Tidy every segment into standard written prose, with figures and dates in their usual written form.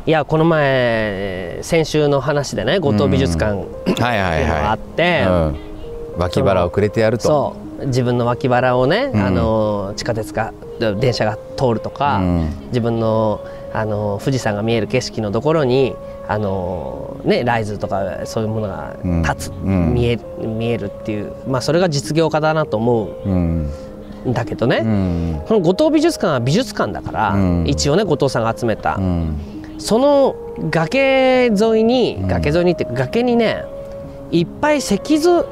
いやこの前先週の話でね五島美術館っていうのがあって、 脇腹をくれてやると。 そう自分の脇腹をね、地下鉄が電車が通るとか、自分の富士山が見える景色のところにライズとかそういうものが立つ、見えるっていう、それが実業家だなと思うんだけどね、この五島美術館は美術館だから、一応ね後藤さんが集めた、その崖沿いにって崖にねいっぱい石仏、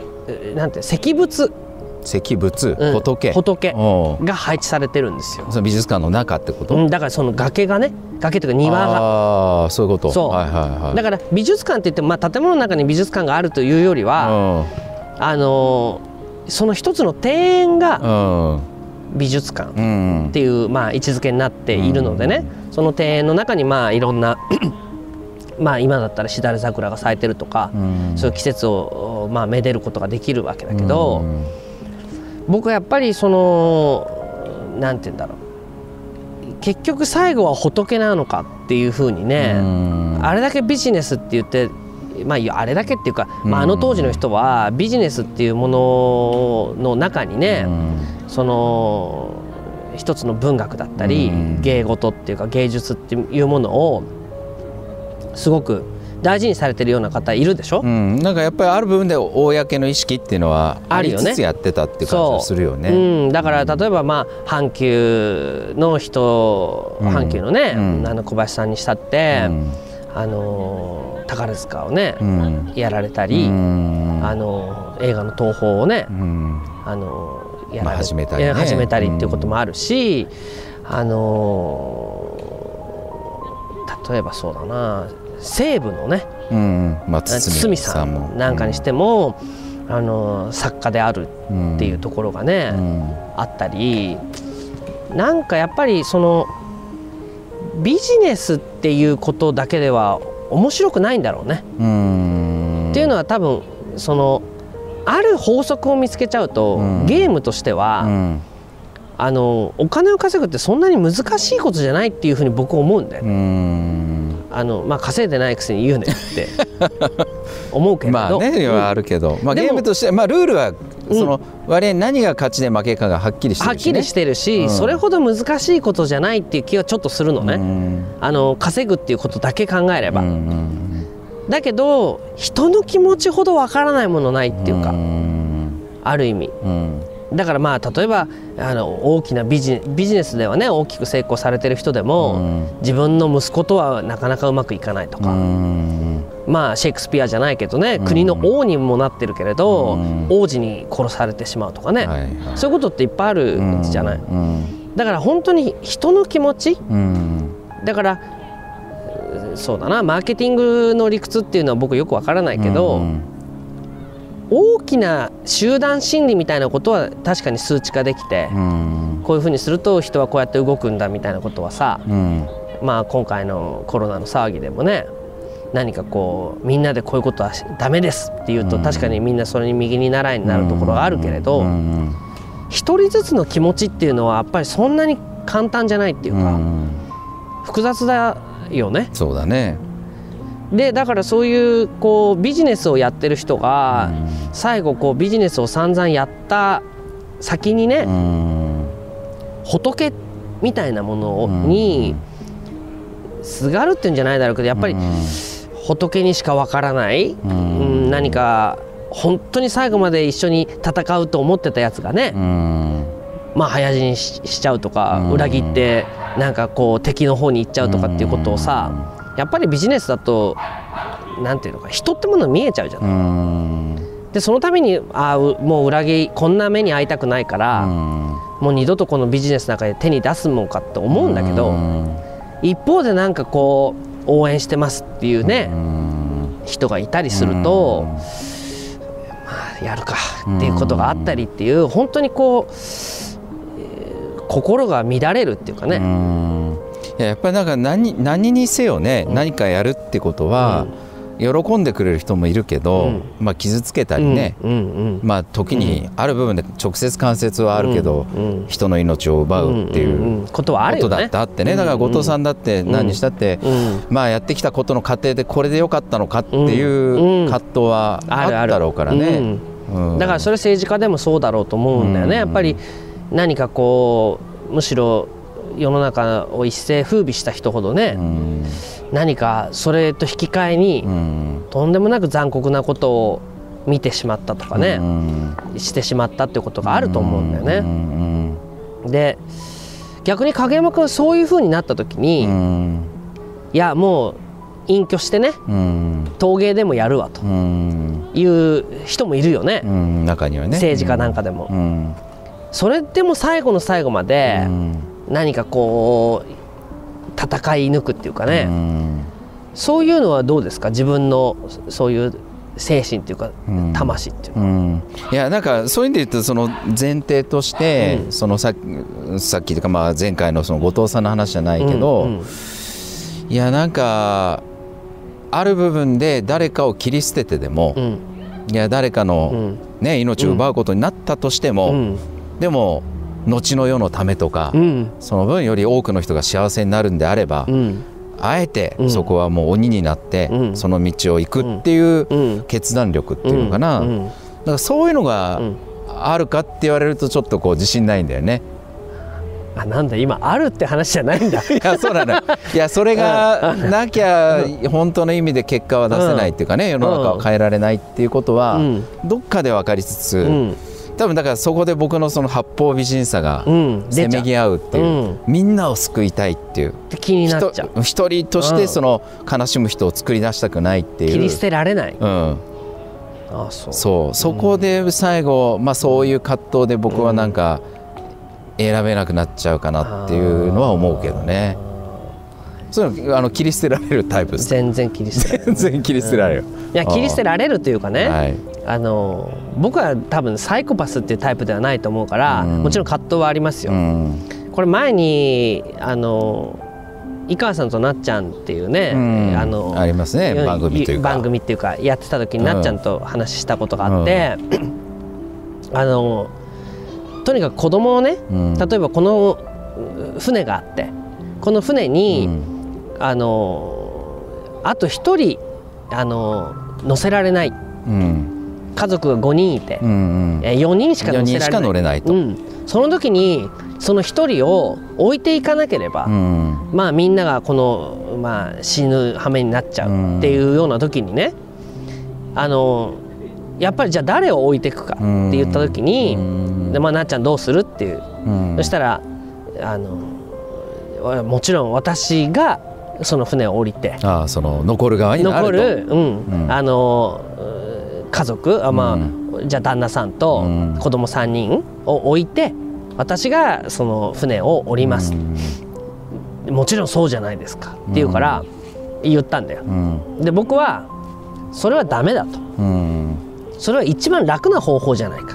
仏が配置されてるんですよ。 その美術館の中ってこと？ だからその崖がね、崖というか庭が。 ああ、そういうこと。 そう。だから美術館って言っても、建物の中に美術館があるというよりは、その一つの庭園が美術館っていう位置づけになっているのでね、その庭園の中にいろんな今だったらしだれ桜が咲いてるとか、そういう季節をめでることができるわけだけど、僕はやっぱりなんて言うんだろう、結局最後は仏なのかっていうふうにね、あれだけビジネスって言って、あれだけっていうか、あの当時の人はビジネスっていうものの中にね、その一つの文学だったり、芸事っていうか芸術っていうものをすごく大事にされてるような方いるでしょ。 なんかやっぱりある部分で公の意識っていうのはありつつやってたっていう感じがするよね。 だから例えば阪急の人、阪急のね、小林さんにしたって、宝塚をね、やられたり、映画の東宝をね、始めたりっていうこともあるし、例えばそうだな、西部のね、堤さんなんかにしても、作家であるっていうところがね、あったり、なんかやっぱりそのビジネスっていうことだけでは面白くないんだろうね。っていうのは多分ある法則を見つけちゃうと、ゲームとしては、お金を稼ぐってそんなに難しいことじゃないっていうふうに僕は思うんだよ。稼いでないくせに言うねって思うけれど、 あるけど、ゲームとして、ルールはその割合何が勝ちで負けかがはっきりしてるし、 はっきりしてるし、それほど難しいことじゃないっていう気はちょっとするのね。稼ぐっていうことだけ考えれば。だけど人の気持ちほどわからないものないっていうか、ある意味。だから例えば大きなビジネスではね、大きく成功されてる人でも、自分の息子とはなかなかうまくいかないとか、シェイクスピアじゃないけどね、国の王にもなってるけれど、王子に殺されてしまうとかね、そういうことっていっぱいあるじゃない。だから本当に人の気持ち、だからそうだな、マーケティングの理屈っていうのは僕よくわからないけど、大きな集団心理みたいなことは確かに数値化できて、こういうふうにすると人はこうやって動くんだみたいなことはさ、今回のコロナの騒ぎでもね、何かみんなでこういうことはダメですって言うと、確かにみんなそれに右に習いになるところがあるけれど、一人ずつの気持ちっていうのはやっぱりそんなに簡単じゃないっていうか、複雑だよね。 そうだね。 でだからそういうビジネスをやってる人が、最後ビジネスを散々やった先にね、仏みたいなものにすがるっていうんじゃないだろうけど、やっぱり仏にしかわからない、何か本当に最後まで一緒に戦うと思ってたやつがね、早死に しちゃうとか、裏切ってなんか敵の方に行っちゃうとかっていうことをさ、やっぱりビジネスだとなんていうのか、人ってもの見えちゃうじゃない。でそのためにもう裏切り、こんな目に遭いたくないから、もう二度とこのビジネスの中で手に出すもんかって思うんだけど、一方でなんか応援してますっていうね、人がいたりすると、やるかっていうことがあったりっていう、本当に心が乱れるっていうかね。 やっぱりなんか何にせよね、何かやるってことは、 喜んでくれる人もいるけど、まあ、傷つけたりね、まあ、時にある部分で直接間接はあるけど、人の命を奪うっていうことだってあってね。だから後藤さんだって何にしたって、まあ、やってきたことの過程でこれでよかったのかっていう葛藤はあっただろうからね。 だからそれ政治家でもそうだろうと思うんだよね。やっぱり何かこうむしろ世の中を一世風靡した人ほどね、何かそれと引き換えにとんでもなく残酷なことを見てしまったとかね、してしまったっていうことがあると思うんだよね。で逆に影山君はそういうふうになった時に、いやもう隠居してね、陶芸でもやるわという人もいるよね、 中にはね、 政治家なんかでも。それでも最後の最後まで何かこう戦い抜くっていうかね、そういうのはどうですか、自分のそういう精神っていうか、魂っていうのは。 いやなんかそういう意味で言うとその前提として、そのさっきというか、まあ前回のその後藤さんの話じゃないけど、いやなんかある部分で誰かを切り捨ててでも、いや誰かの、ね、命を奪うことになったとしても、でも後の世のためとか、その分より多くの人が幸せになるんであれば、あえてそこはもう鬼になってその道を行くっていう決断力っていうのかな、だからそういうのがあるかって言われるとちょっとこう自信ないんだよね。 あ、なんだ今あるって話じゃないんだ。 いやそうなのよ。いやそれがなきゃ本当の意味で結果は出せないっていうかね、世の中を変えられないっていうことはどっかで分かりつつ、多分だからそこで僕のその八方美人さがせめぎ合うっていう、みんなを救いたいっていう気になっちゃう、 一人としてその悲しむ人を作り出したくないっていう、 切り捨てられない、 そこで最後、まあ、そういう葛藤で僕はなんか選べなくなっちゃうかなっていうのは思うけどね。そういうの切り捨てられるタイプです。 全然切り捨てられる。 全然切り捨てられる。 いや切り捨てられるというかね、僕は多分サイコパスっていうタイプではないと思うから、もちろん葛藤はありますよ。これ前に井川さんとなっちゃんっていうね、 ありますね、番組というか番組っていうかやってた時になっちゃんと話したことがあって、とにかく子供をね、例えばこの船があって、この船に、あと1人乗せられない、家族が5人いて、4人しか乗せられない、その時にその1人を置いていかなければ、まあみんながこの、まあ、死ぬ羽目になっちゃうっていうような時にね、やっぱりじゃあ誰を置いていくかって言った時に、でまあ、なっちゃんどうするっていう、そしたらもちろん私がその船を降りて、 その残る側になると、 家族、まあ、じゃあ旦那さんと子供3人を置いて私がその船を降ります、もちろんそうじゃないですかって言うから言ったんだよ、で僕はそれはダメだと、それは一番楽な方法じゃないか、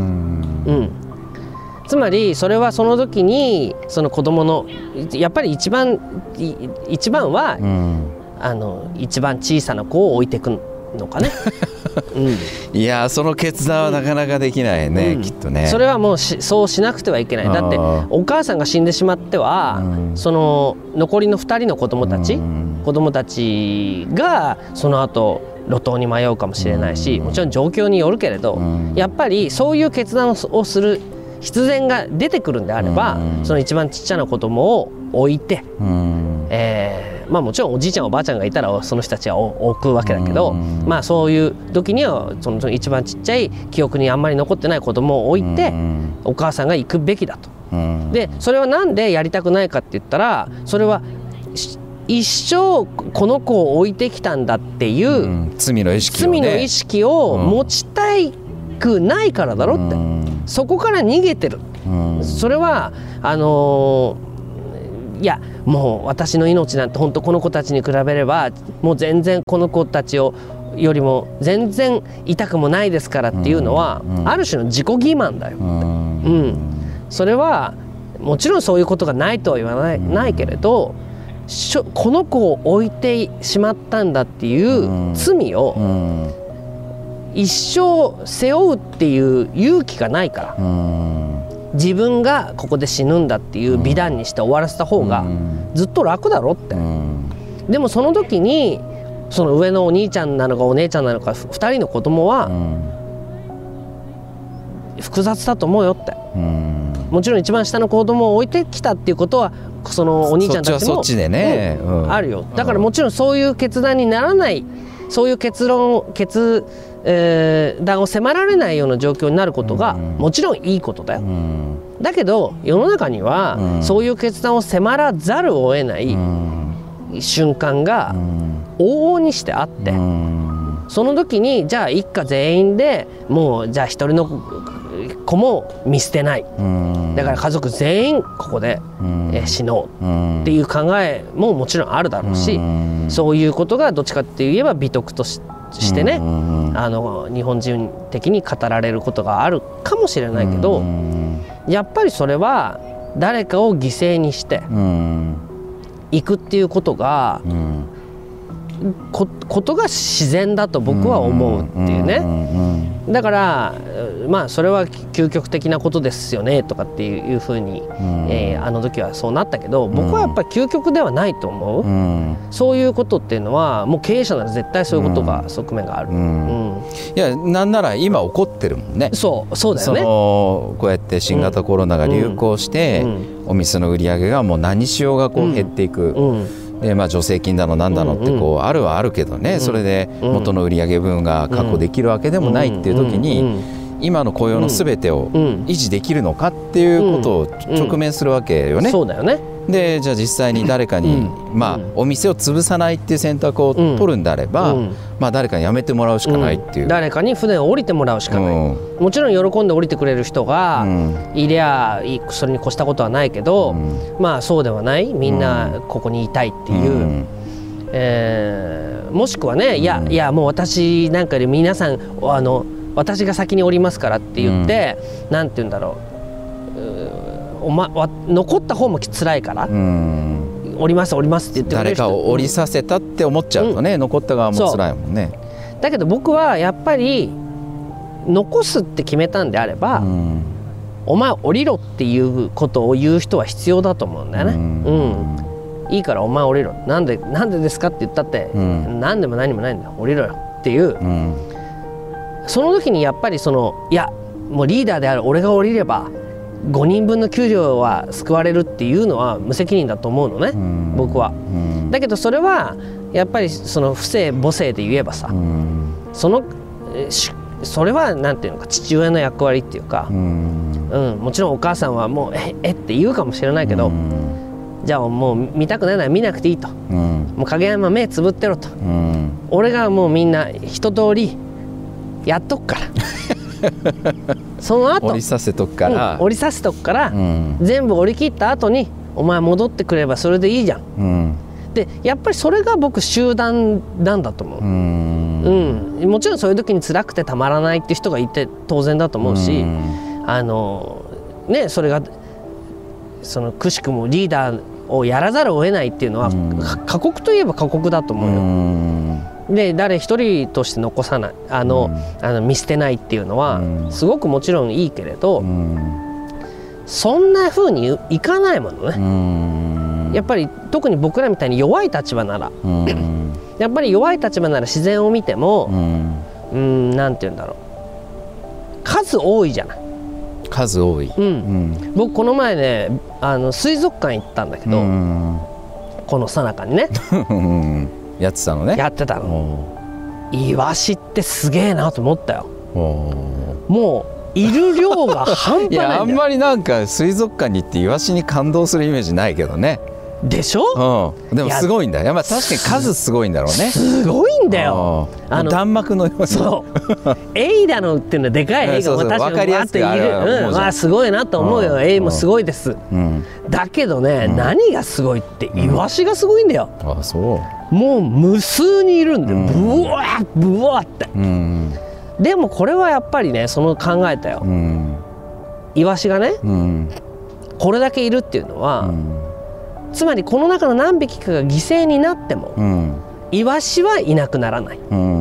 つまりそれはその時にその子供のやっぱり一番は、一番小さな子を置いていくのかね。 いやその決断はなかなかできないね、きっとね。 それはもうそうしなくてはいけない。だってお母さんが死んでしまっては、その残りの2人の子供たちがその後路頭に迷うかもしれないし、もちろん状況によるけれど、やっぱりそういう決断をする必然が出てくるんであれば、その一番ちっちゃな子供を置いて、まあもちろんおじいちゃんおばあちゃんがいたらその人たちは置くわけだけど、まあそういう時にはその一番ちっちゃい記憶にあんまり残ってない子供を置いて、お母さんが行くべきだと。でそれはなんでやりたくないかって言ったら、それは一生この子を置いてきたんだっていう、 罪の意識を持ちたくないからだろって、そこから逃げてる、それはいやもう私の命なんて本当この子たちに比べればもう全然この子たちよりも全然痛くもないですからっていうのは、ある種の自己欺瞞だよって、それはもちろんそういうことがないとは言わないけれど、 この子を置いてしまったんだっていう罪を一生背負うっていう勇気がないから、自分がここで死ぬんだっていう美談にして終わらせた方がずっと楽だろって。でもその時にその上のお兄ちゃんなのかお姉ちゃんなのか2人の子供は複雑だと思うよって。もちろん一番下の子供を置いてきたっていうことはそのお兄ちゃんたちもあるよ。だからもちろんそういう決断にならない、そういう決断を迫られないような状況になることがもちろんいいことだよ。だけど世の中にはそういう決断を迫らざるを得ない瞬間が往々にしてあって、その時にじゃあ一家全員でもうじゃあ一人の子も見捨てない、だから家族全員ここで死のうっていう考えももちろんあるだろうし、そういうことがどっちかって言えば美徳としてね、日本人的に語られることがあるかもしれないけど、やっぱりそれは誰かを犠牲にしていくっていうことがことが自然だと僕は思うっていうね。だからまあそれは究極的なことですよねとかっていうふうに、あの時はそうなったけど、僕はやっぱり究極ではないと思う、そういうことっていうのはもう経営者なら絶対そういうことが、側面がある、 いやなんなら今起こってるもんね。 そうだよね。 こうやって新型コロナが流行して、お店の売り上げがもう何しようがこう減っていく、で助成金だのなんだのってこうあるはあるけどね、それで元の売上分が確保できるわけでもないっていう時に、今の雇用のすべてを維持できるのかっていうことを直面するわけよね。 そうだよね。 でじゃあ実際に誰かに、お店を潰さないっていう選択を取るんであれば、誰かに辞めてもらうしかないっていう、 誰かに船を降りてもらうしかない、もちろん喜んで降りてくれる人がいりゃそれに越したことはないけど、まあそうではない、みんなここにいたいっていう、もしくはね、いやもう私なんかより皆さん私が先に降りますからって言って、なんて言うんだろう、残った方も辛いから、降りますって言ってくれる人、 誰かを降りさせたって思っちゃうとね、残った側も辛いもんね。 だけど僕はやっぱり残すって決めたんであれば、お前降りろっていうことを言う人は必要だと思うんだよね。いいからお前降りろ、なんでですかって言ったって、何でも何もないんだよ、降りろよっていう、その時にやっぱりいやもうリーダーである俺が降りれば5人分の給料は救われるっていうのは無責任だと思うのね、僕は。だけどそれはやっぱりその父性母性で言えばさ、それはなんていうのか、父親の役割っていうか、もちろんお母さんはもうって言うかもしれないけど、じゃあもう見たくないなら見なくていいと、もう影山目つぶってろと、俺がもうみんな一通りやっとくからその後降りさせとくから、 降りさせとくから、全部降り切った後にお前戻ってくればそれでいいじゃん、でやっぱりそれが僕集団なんだと思う。もちろんそういう時に辛くてたまらないっていう人がいて当然だと思うし、それがくしくもリーダーをやらざるを得ないっていうのは、過酷といえば過酷だと思うよ。で誰一人として残さない、見捨てないっていうのはすごくもちろんいいけれど、そんな風にいかないものね。やっぱり特に僕らみたいに弱い立場ならやっぱり弱い立場なら自然を見ても、なんて言うんだろう、数多いじゃない。 数多い、 僕この前ね水族館行ったんだけど、この最中にねやってたのね。 やってたの。イワシってすげえなと思ったよ。もういる量が半端ないんだよ。 いやあんまりなんか水族館に行ってイワシに感動するイメージないけどね。 でしょ、 でもすごいんだよ。確かに数すごいんだろうね。 すごいんだよ。 弾幕のように。 そうエイだのっていうのはでかいエイが確かにわーっている、すごいなと思うよ。エイもすごいです、だけどね、何がすごいってイワシがすごいんだよ。もう無数にいるんだよ、ブワーブワーって、でもこれはやっぱりね、考えたよ、イワシがね、これだけいるっていうのは、 つまりこの中の何匹かが犠牲になっても、イワシはいなくならない、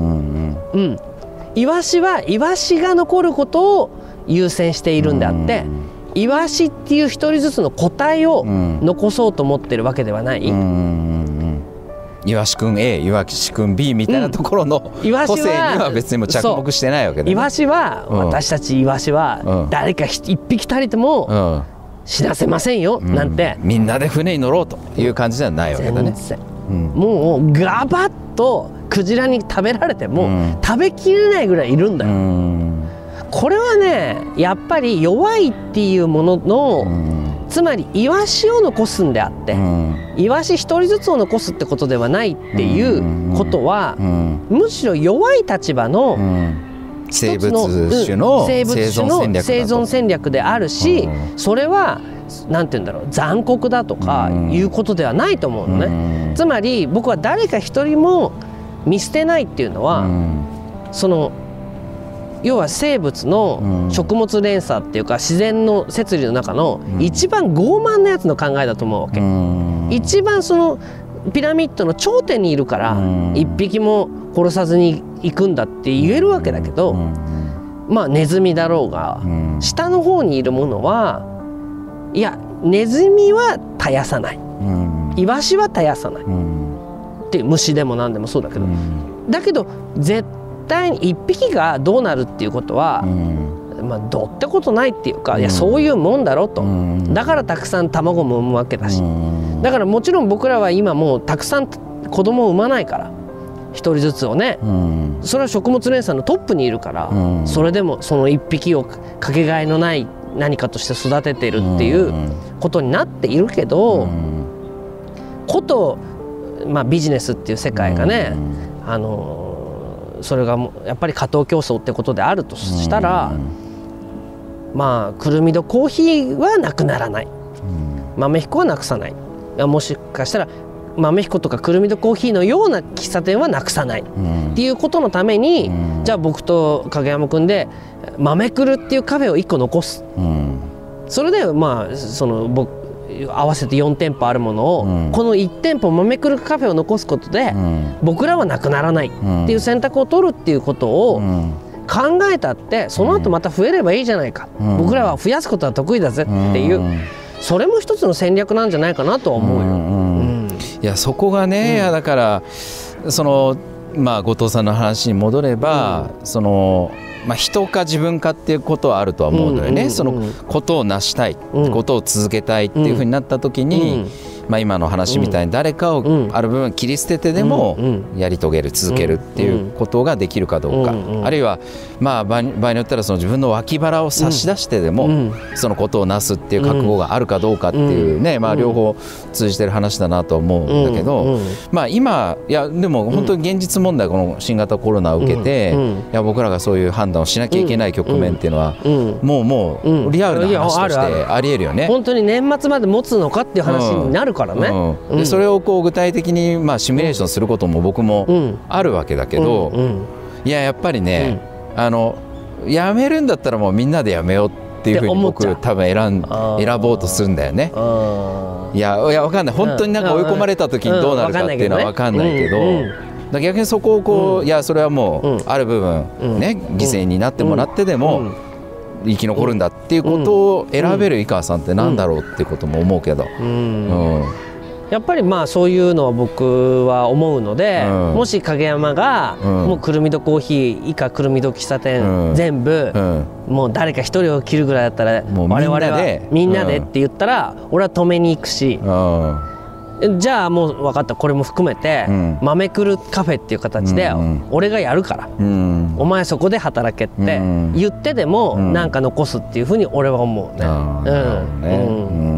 イワシはイワシが残ることを優先しているんであって、イワシっていう一人ずつの個体を残そうと思ってるわけではない、 イワシくん A、イワシくん B みたいなところの個性には別にも着目してないわけだね。 イワシは、私たちイワシは誰か一匹たりとも死なせませんよ、なんてみんなで船に乗ろうという感じではないわけだね。 もうガバッとクジラに食べられても、食べきれないぐらいいるんだよ。これはねやっぱり弱いっていうものの、つまりイワシを残すんであって、イワシ一人ずつを残すってことではないっていうことは、むしろ弱い立場の生物種の生存戦略であるし、それはなんて言うんだろう、残酷だとかいうことではないと思うのね。つまり僕は誰か一人も見捨てないっていうのは、その要は生物の食物連鎖っていうか自然の摂理の中の一番傲慢なやつの考えだと思うわけ。一番そのピラミッドの頂点にいるから一匹も殺さずに行くんだって言えるわけだけど、まあネズミだろうが下の方にいるものはいやネズミは絶やさない、イワシは絶やさないって虫でも何でもそうだけど、だけど絶対に一匹がどうなるっていうことは、まあどうってことないっていうか、いやそういうもんだろと、だからたくさん卵も産むわけだし、だからもちろん僕らは今もうたくさん子供を産まないから一人ずつをね、それは食物連鎖のトップにいるから、それでもその一匹をかけがえのない何かとして育てているっていうことになっているけど、こと、まあ、ビジネスっていう世界がね、それがやっぱり過当競争ってことであるとしたら、まあくるみとコーヒーはなくならない、豆彦はなくさない、もしかしたら豆彦とかくるみとコーヒーのような喫茶店はなくさない、っていうことのために、じゃあ僕と影山君で豆くるっていうカフェを1個残す、それでまあその僕合わせて4店舗あるものを、この1店舗豆くるカフェを残すことで、僕らはなくならないっていう選択を取るっていうことを考えたって、その後また増えればいいじゃないか、僕らは増やすことは得意だぜっていう、それも一つの戦略なんじゃないかなとは思うよ。 いやそこがね、だからそのまあ後藤さんの話に戻れば、そのまあ、人か自分かっていうことはあるとは思うのよね。そのことを成したい、ことを続けたいっていうふうになった時に、まあ、今の話みたいに誰かをある部分切り捨ててでもやり遂げる、続けるっていうことができるかどうか、あるいはまあ場合によったらその自分の脇腹を差し出してでもそのことをなすっていう覚悟があるかどうかっていうね、まあ両方通じてる話だなと思うんだけど、まあ今いやでも本当に現実問題、この新型コロナを受けていや僕らがそういう判断をしなきゃいけない局面っていうのはもうリアルな話としてありえるよね。 本当に年末まで持つのかっていう話になるからね。 でそれをこう具体的にまあシミュレーションすることも僕もあるわけだけど、いややっぱりね、やめるんだったらもうみんなでやめようっていうふうに僕多分選ぼうとするんだよね。いや分かんない、本当になんか追い込まれた時にどうなるかっていうのは分かんないけど、逆にそこをこう、いやそれはもうある部分ね、犠牲になってもらってでも生き残るんだっていうことを選べる井川さんってなんだろうっていうことも思うけど、 やっぱりまあそういうのは僕は思うので、もし影山がもうくるみとコーヒー以下くるみと喫茶店全部もう誰か一人を切るぐらいだったら我々はみんなでって言ったら俺は止めに行くし、じゃあもう分かった、これも含めて豆くるカフェっていう形で俺がやるからお前そこで働けって言ってでもなんか残すっていうふうに俺は思うね。